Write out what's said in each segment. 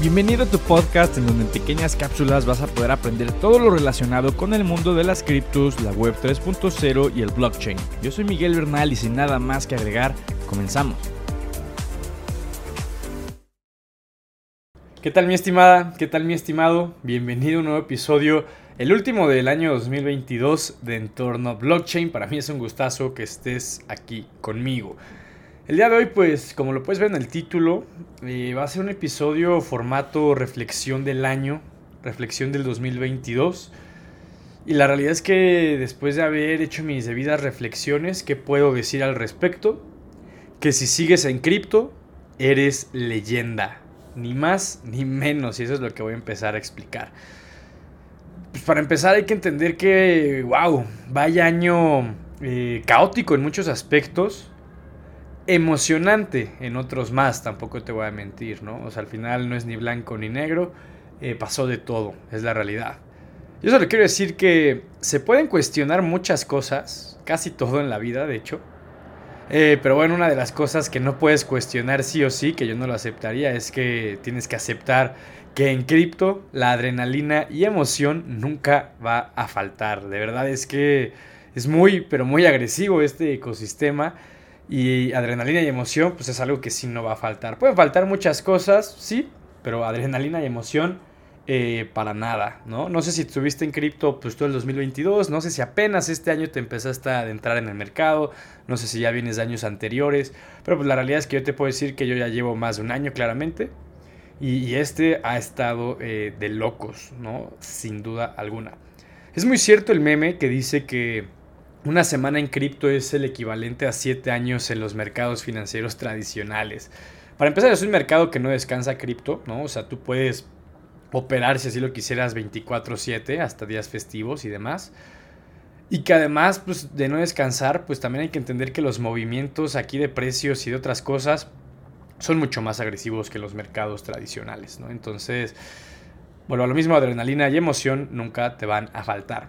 Bienvenido a tu podcast en donde en pequeñas cápsulas vas a poder aprender todo lo relacionado con el mundo de las criptos, la web 3.0 y el blockchain. Yo soy Miguel Bernal y sin nada más que agregar, comenzamos. ¿Qué tal mi estimada? ¿Qué tal mi estimado? Bienvenido a un nuevo episodio, el último del año 2022 de Entorno Blockchain. Para mí es un gustazo que estés aquí conmigo. El día de hoy, pues, como lo puedes ver en el título, va a ser un episodio formato reflexión del año, reflexión del 2022. Y la realidad es que después de haber hecho mis debidas reflexiones, ¿qué puedo decir al respecto? Que si sigues en cripto, eres leyenda. Ni más ni menos, y eso es lo que voy a empezar a explicar. Pues para empezar hay que entender que, wow, vaya año caótico en muchos aspectos. Emocionante en otros más, tampoco te voy a mentir, ¿no? O sea, al final no es ni blanco ni negro, pasó de todo, es la realidad. Yo solo quiero decir que se pueden cuestionar muchas cosas, casi todo en la vida, de hecho. Pero bueno, una de las cosas que no puedes cuestionar sí o sí, que yo no lo aceptaría, es que tienes que aceptar que en cripto la adrenalina y emoción nunca va a faltar. De verdad es que es muy, pero muy agresivo este ecosistema. Y adrenalina y emoción, pues es algo que sí no va a faltar. Pueden faltar muchas cosas, sí, pero adrenalina y emoción para nada, ¿no? No sé si estuviste en cripto pues todo el 2022, no sé si apenas este año te empezaste a adentrar en el mercado, no sé si ya vienes de años anteriores, pero pues la realidad es que yo te puedo decir que yo ya llevo más de un año claramente y este ha estado de locos, ¿no? Sin duda alguna. Es muy cierto el meme que dice que una semana en cripto es el equivalente a 7 años en los mercados financieros tradicionales. Para empezar, es un mercado que no descansa cripto, ¿no? O sea, tú puedes operar si así lo quisieras 24/7 hasta días festivos y demás. Y que además, pues, de no descansar, pues también hay que entender que los movimientos aquí de precios y de otras cosas son mucho más agresivos que los mercados tradicionales, ¿no? Entonces, bueno, a lo mismo, adrenalina y emoción nunca te van a faltar.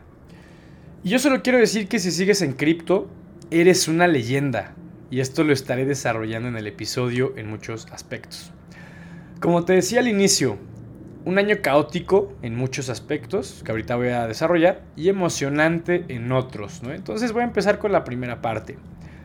Y yo solo quiero decir que si sigues en cripto, eres una leyenda. Y esto lo estaré desarrollando en el episodio en muchos aspectos. Como te decía al inicio, un año caótico en muchos aspectos, que ahorita voy a desarrollar, y emocionante en otros, ¿no? Entonces voy a empezar con la primera parte.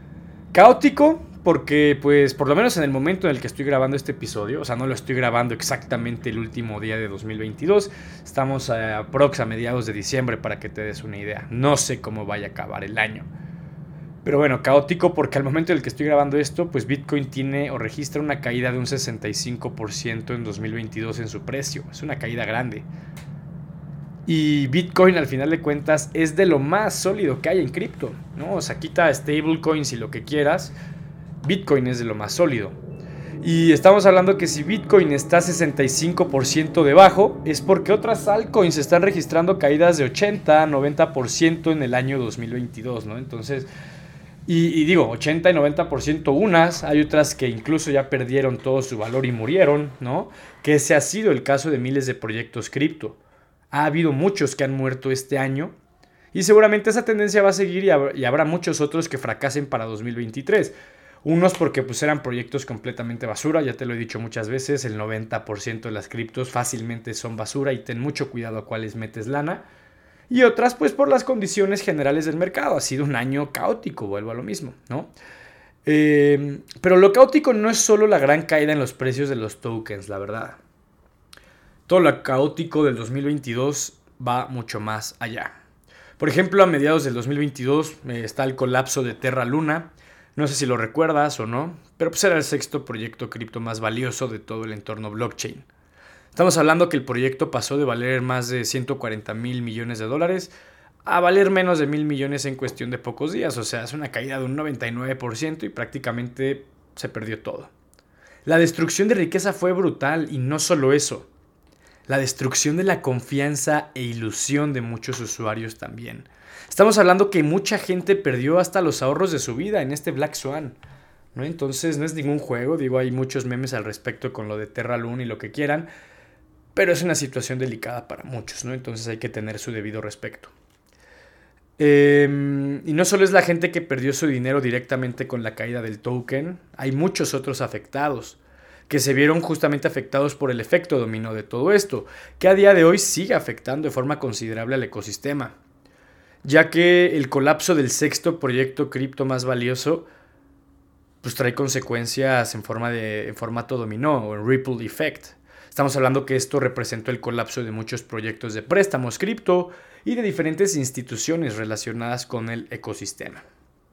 Caótico porque, pues, por lo menos en el momento en el que estoy grabando este episodio, o sea, no lo estoy grabando exactamente el último día de 2022, estamos a mediados de diciembre para que te des una idea. No sé cómo vaya a acabar el año. Pero bueno, caótico porque al momento en el que estoy grabando esto, pues Bitcoin tiene o registra una caída de un 65% en 2022 en su precio. Es una caída grande. Y Bitcoin al final de cuentas es de lo más sólido que hay en cripto, ¿no? O sea, quita stablecoins y lo que quieras, Bitcoin es de lo más sólido. Y estamos hablando que si Bitcoin está 65% debajo, es porque otras altcoins están registrando caídas de 80, 90% en el año 2022, ¿no? Entonces, y digo, 80 y 90% unas, hay otras que incluso ya perdieron todo su valor y murieron, ¿no? Que ese ha sido el caso de miles de proyectos cripto. Ha habido muchos que han muerto este año y seguramente esa tendencia va a seguir y habrá muchos otros que fracasen para 2023. Unos porque pues eran proyectos completamente basura, ya te lo he dicho muchas veces, el 90% de las criptos fácilmente son basura y ten mucho cuidado a cuáles metes lana. Y otras pues por las condiciones generales del mercado, ha sido un año caótico, vuelvo a lo mismo, ¿no? Pero lo caótico no es solo la gran caída en los precios de los tokens, la verdad. Todo lo caótico del 2022 va mucho más allá. Por ejemplo, a mediados del 2022 está el colapso de Terra Luna. No sé si lo recuerdas o no, pero pues era el sexto proyecto cripto más valioso de todo el entorno blockchain. Estamos hablando que el proyecto pasó de valer más de 140,000 millones de dólares a valer menos de 1,000 millones en cuestión de pocos días. O sea, es una caída de un 99% y prácticamente se perdió todo. La destrucción de riqueza fue brutal y no solo eso. La destrucción de la confianza e ilusión de muchos usuarios también. Estamos hablando que mucha gente perdió hasta los ahorros de su vida en este Black Swan, ¿no? Entonces no es ningún juego, digo, hay muchos memes al respecto con lo de Terra Luna y lo que quieran, pero es una situación delicada para muchos, ¿no? Entonces hay que tener su debido respeto. Y no solo es la gente que perdió su dinero directamente con la caída del token, hay muchos otros afectados. que se vieron justamente afectados por el efecto dominó de todo esto, que a día de hoy sigue afectando de forma considerable al ecosistema, ya que el colapso del sexto proyecto cripto más valioso pues trae consecuencias en formato dominó o en ripple effect. Estamos hablando que esto representó el colapso de muchos proyectos de préstamos cripto y de diferentes instituciones relacionadas con el ecosistema.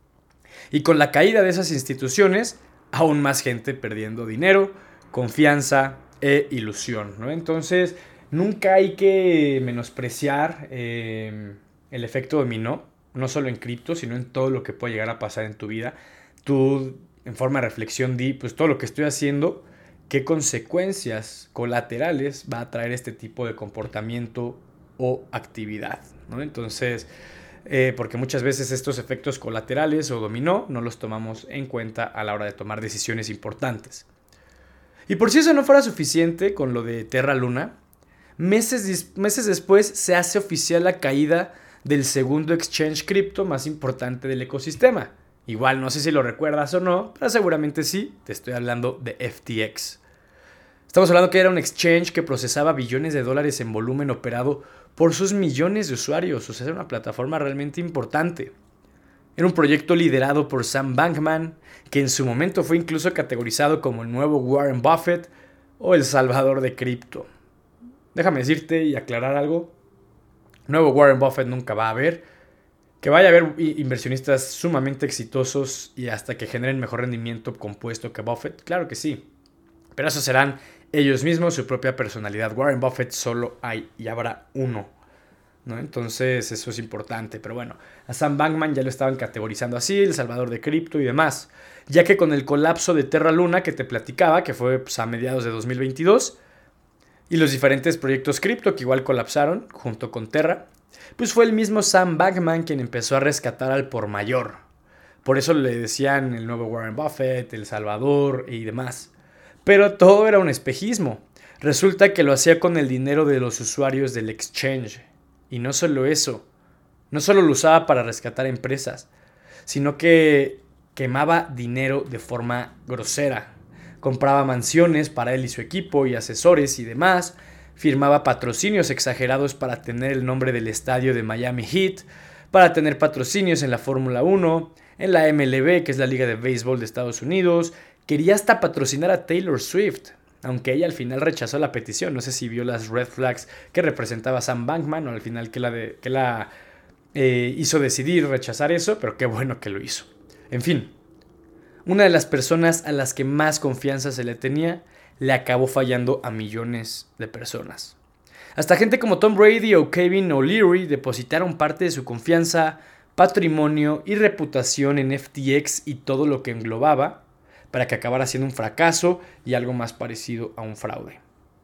Y con la caída de esas instituciones, aún más gente perdiendo dinero, confianza e ilusión, ¿no? Entonces, nunca hay que menospreciar el efecto dominó, no solo en cripto, sino en todo lo que puede llegar a pasar en tu vida. Tú, en forma de reflexión, di, pues todo lo que estoy haciendo, qué consecuencias colaterales va a traer este tipo de comportamiento o actividad, ¿no? Entonces, porque muchas veces estos efectos colaterales o dominó no los tomamos en cuenta a la hora de tomar decisiones importantes. Y por si eso no fuera suficiente con lo de Terra Luna, meses después se hace oficial la caída del segundo exchange cripto más importante del ecosistema. Igual no sé si lo recuerdas o no, pero seguramente sí, te estoy hablando de FTX. Estamos hablando que era un exchange que procesaba billones de dólares en volumen operado por sus millones de usuarios, o sea, era una plataforma realmente importante. Era un proyecto liderado por Sam Bankman, que en su momento fue incluso categorizado como el nuevo Warren Buffett o el salvador de cripto. Déjame decirte y aclarar algo, nuevo Warren Buffett nunca va a haber. Que vaya a haber inversionistas sumamente exitosos y hasta que generen mejor rendimiento compuesto que Buffett, claro que sí. Pero esos serán ellos mismos, su propia personalidad. Warren Buffett solo hay y habrá uno, ¿no? Entonces eso es importante. Pero bueno, a Sam Bankman ya lo estaban categorizando así, el salvador de cripto y demás. Ya que con el colapso de Terra Luna que te platicaba, que fue pues, a mediados de 2022, y los diferentes proyectos cripto que igual colapsaron junto con Terra, pues fue el mismo Sam Bankman quien empezó a rescatar al por mayor. Por eso le decían el nuevo Warren Buffett, el Salvador y demás. Pero todo era un espejismo. Resulta que lo hacía con el dinero de los usuarios del exchange. Y no solo eso, no solo lo usaba para rescatar empresas, sino que quemaba dinero de forma grosera. Compraba mansiones para él y su equipo y asesores y demás. Firmaba patrocinios exagerados para tener el nombre del estadio de Miami Heat, para tener patrocinios en la Fórmula 1, en la MLB, que es la Liga de Béisbol de Estados Unidos. Quería hasta patrocinar a Taylor Swift, aunque ella al final rechazó la petición. No sé si vio las red flags que representaba Sam Bankman o al final que la hizo decidir rechazar eso, pero qué bueno que lo hizo. En fin, una de las personas a las que más confianza se le tenía le acabó fallando a millones de personas. Hasta gente como Tom Brady o Kevin O'Leary depositaron parte de su confianza, patrimonio y reputación en FTX y todo lo que englobaba para que acabara siendo un fracaso y algo más parecido a un fraude.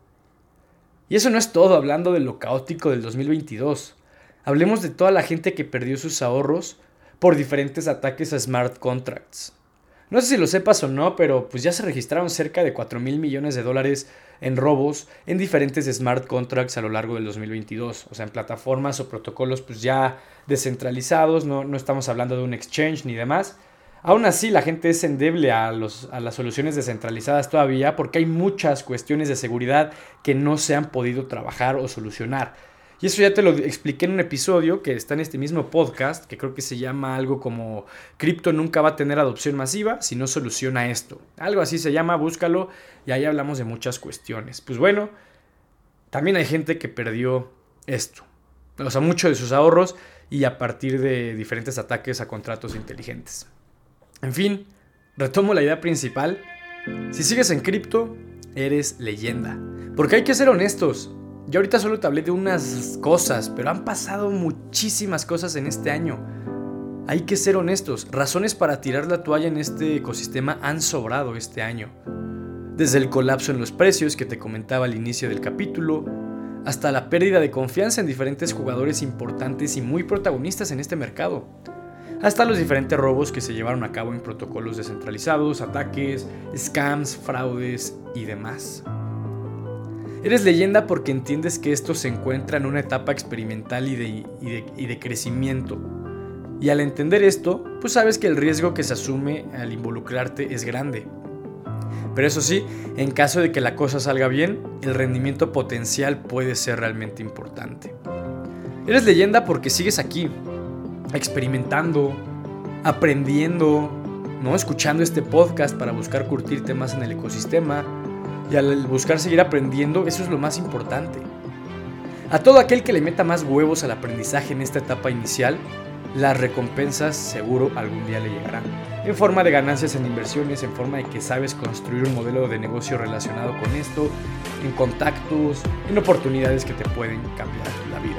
Y eso no es todo, hablando de lo caótico del 2022. Hablemos de toda la gente que perdió sus ahorros por diferentes ataques a smart contracts. No sé si lo sepas o no, pero pues ya se registraron cerca de 4,000 millones de dólares en robos en diferentes smart contracts a lo largo del 2022. O sea, en plataformas o protocolos pues ya descentralizados, no estamos hablando de un exchange ni demás. Aún así, la gente es endeble a las soluciones descentralizadas todavía porque hay muchas cuestiones de seguridad que no se han podido trabajar o solucionar. Y eso ya te lo expliqué en un episodio que está en este mismo podcast, que creo que se llama algo como Cripto nunca va a tener adopción masiva si no soluciona esto. Algo así se llama, búscalo, y ahí hablamos de muchas cuestiones. Pues bueno, también hay gente que perdió esto, o sea, mucho de sus ahorros y a partir de diferentes ataques a contratos inteligentes. En fin, retomo la idea principal. Si sigues en cripto, eres leyenda. Porque hay que ser honestos. Yo ahorita solo te hablé de unas cosas, pero han pasado muchísimas cosas en este año. Hay que ser honestos. Razones para tirar la toalla en este ecosistema han sobrado este año. Desde el colapso en los precios que te comentaba al inicio del capítulo, hasta la pérdida de confianza en diferentes jugadores importantes y muy protagonistas en este mercado. Hasta los diferentes robos que se llevaron a cabo en protocolos descentralizados, ataques, scams, fraudes y demás. Eres leyenda porque entiendes que esto se encuentra en una etapa experimental y de crecimiento. Y al entender esto, pues sabes que el riesgo que se asume al involucrarte es grande. Pero eso sí, en caso de que la cosa salga bien, el rendimiento potencial puede ser realmente importante. Eres leyenda porque sigues aquí, experimentando, aprendiendo, ¿no? Escuchando este podcast para buscar curtirte más en el ecosistema. Y al buscar seguir aprendiendo, eso es lo más importante. A todo aquel que le meta más huevos al aprendizaje en esta etapa inicial, las recompensas seguro algún día le llegarán. En forma de ganancias en inversiones, en forma de que sabes construir un modelo de negocio relacionado con esto, en contactos, en oportunidades que te pueden cambiar la vida.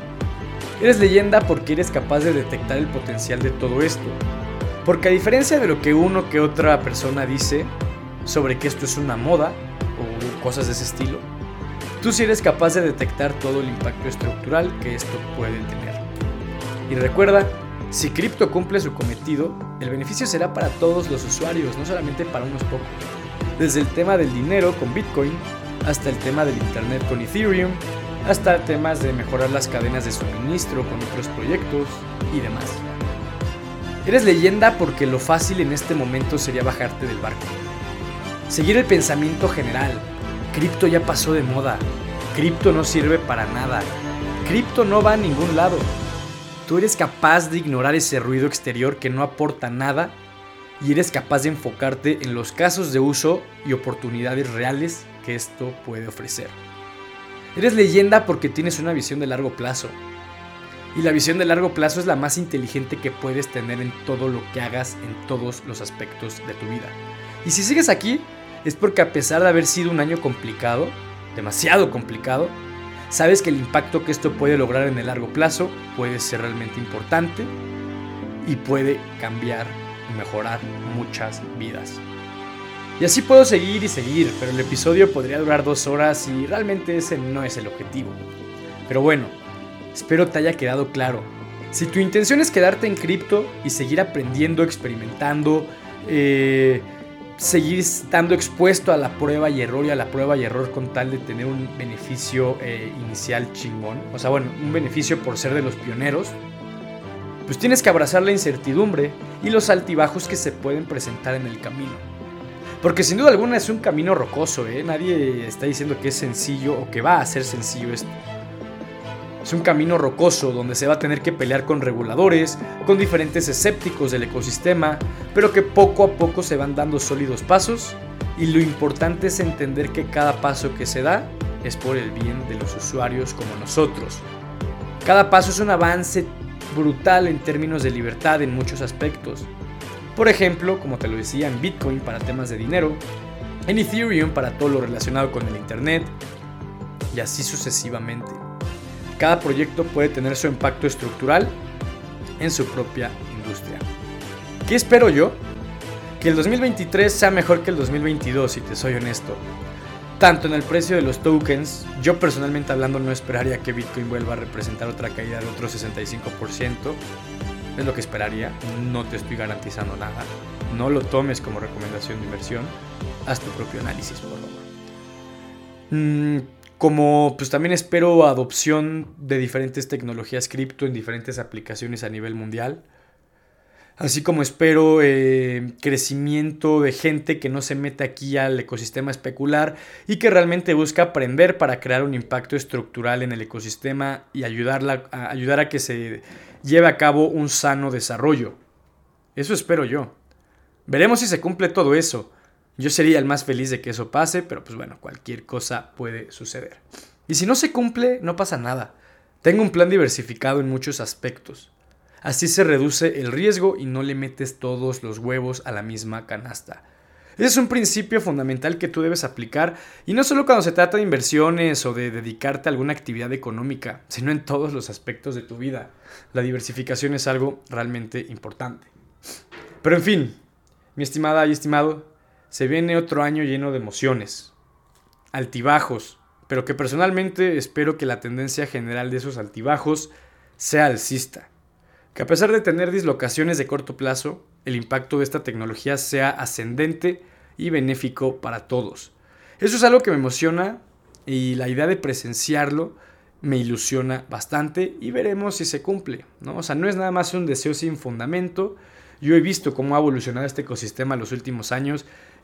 Eres leyenda porque eres capaz de detectar el potencial de todo esto. Porque a diferencia de lo que uno que otra persona dice sobre que esto es una moda o cosas de ese estilo, tú sí eres capaz de detectar todo el impacto estructural que esto puede tener. Y recuerda, si cripto cumple su cometido, el beneficio será para todos los usuarios, no solamente para unos pocos. Desde el tema del dinero con Bitcoin, hasta el tema del internet con Ethereum, hasta temas de mejorar las cadenas de suministro con otros proyectos y demás. Eres leyenda porque lo fácil en este momento sería bajarte del barco. Seguir el pensamiento general. Cripto ya pasó de moda. Cripto no sirve para nada. Cripto no va a ningún lado. Tú eres capaz de ignorar ese ruido exterior que no aporta nada y eres capaz de enfocarte en los casos de uso y oportunidades reales que esto puede ofrecer. Eres leyenda porque tienes una visión de largo plazo. Y la visión de largo plazo es la más inteligente que puedes tener en todo lo que hagas en todos los aspectos de tu vida. Y si sigues aquí, es porque a pesar de haber sido un año complicado, demasiado complicado, sabes que el impacto que esto puede lograr en el largo plazo puede ser realmente importante y puede cambiar y mejorar muchas vidas. Y así puedo seguir y seguir, pero el episodio podría durar 2 horas y realmente ese no es el objetivo. Pero bueno, espero te haya quedado claro. Si tu intención es quedarte en cripto y seguir aprendiendo, experimentando, seguir estando expuesto a la prueba y error con tal de tener un beneficio inicial chingón, o sea, bueno, un beneficio por ser de los pioneros, pues tienes que abrazar la incertidumbre y los altibajos que se pueden presentar en el camino. Porque sin duda alguna es un camino rocoso, nadie está diciendo que es sencillo o que va a ser sencillo esto. Es un camino rocoso donde se va a tener que pelear con reguladores, con diferentes escépticos del ecosistema, pero que poco a poco se van dando sólidos pasos y lo importante es entender que cada paso que se da es por el bien de los usuarios como nosotros. Cada paso es un avance brutal en términos de libertad en muchos aspectos. Por ejemplo, como te lo decía, en Bitcoin para temas de dinero, en Ethereum para todo lo relacionado con el internet y así sucesivamente. Cada proyecto puede tener su impacto estructural en su propia industria. ¿Qué espero yo? Que el 2023 sea mejor que el 2022, si te soy honesto. Tanto en el precio de los tokens, yo personalmente hablando no esperaría que Bitcoin vuelva a representar otra caída de otro 65%. Es lo que esperaría, no te estoy garantizando nada. No lo tomes como recomendación de inversión, haz tu propio análisis, por favor. Como pues también espero adopción de diferentes tecnologías cripto en diferentes aplicaciones a nivel mundial. Así como espero crecimiento de gente que no se mete aquí al ecosistema especular y que realmente busca aprender para crear un impacto estructural en el ecosistema y ayudar a que se lleve a cabo un sano desarrollo. Eso espero yo. Veremos si se cumple todo eso. Yo sería el más feliz de que eso pase, pero pues bueno, cualquier cosa puede suceder. Y si no se cumple, no pasa nada. Tengo un plan diversificado en muchos aspectos. Así se reduce el riesgo y no le metes todos los huevos a la misma canasta. Ese es un principio fundamental que tú debes aplicar, y no solo cuando se trata de inversiones o de dedicarte a alguna actividad económica, sino en todos los aspectos de tu vida. La diversificación es algo realmente importante. Pero en fin, mi estimada y estimado, se viene otro año lleno de emociones, altibajos, pero que personalmente espero que la tendencia general de esos altibajos sea alcista. Que a pesar de tener dislocaciones de corto plazo, el impacto de esta tecnología sea ascendente y benéfico para todos. Eso es algo que me emociona y la idea de presenciarlo me ilusiona bastante y veremos si se cumple, ¿no? O sea, no es nada más un deseo sin fundamento. Yo he visto cómo ha evolucionado este ecosistema en los últimos años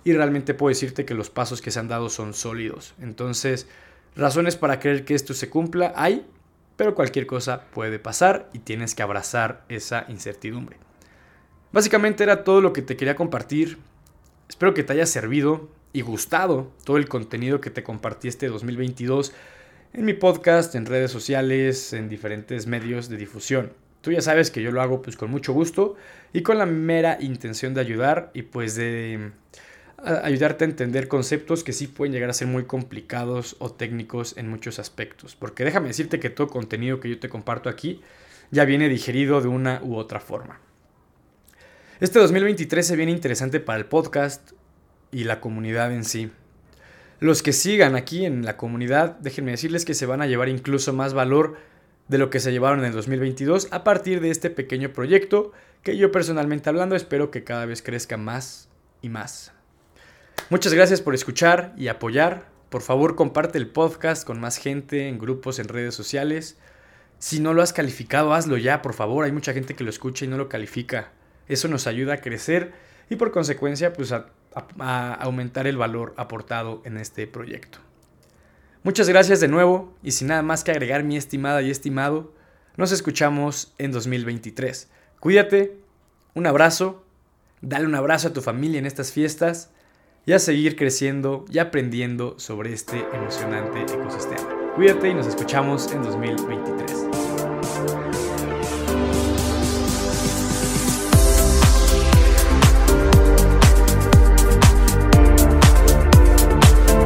y realmente puedo decirte que los pasos que se han dado son sólidos. Entonces, razones para creer que esto se cumpla hay, pero cualquier cosa puede pasar y tienes que abrazar esa incertidumbre. Básicamente era todo lo que te quería compartir. Espero que te haya servido y gustado todo el contenido que te compartí este 2022 en mi podcast, en redes sociales, en diferentes medios de difusión. Tú ya sabes que yo lo hago pues con mucho gusto y con la mera intención de ayudar y pues de ayudarte a entender conceptos que sí pueden llegar a ser muy complicados o técnicos en muchos aspectos. Porque déjame decirte que todo contenido que yo te comparto aquí ya viene digerido de una u otra forma. Este 2023 se viene interesante para el podcast y la comunidad en sí. Los que sigan aquí en la comunidad, déjenme decirles que se van a llevar incluso más valor de lo que se llevaron en el 2022 a partir de este pequeño proyecto que yo personalmente hablando espero que cada vez crezca más y más. Muchas gracias por escuchar y apoyar. Por favor, comparte el podcast con más gente en grupos, en redes sociales. Si no lo has calificado, hazlo ya, por favor. Hay mucha gente que lo escucha y no lo califica. Eso nos ayuda a crecer y por consecuencia pues a aumentar el valor aportado en este proyecto. Muchas gracias de nuevo y sin nada más que agregar, mi estimada y estimado, nos escuchamos en 2023. Cuídate, un abrazo, dale un abrazo a tu familia en estas fiestas y a seguir creciendo y aprendiendo sobre este emocionante ecosistema. Cuídate y nos escuchamos en 2023.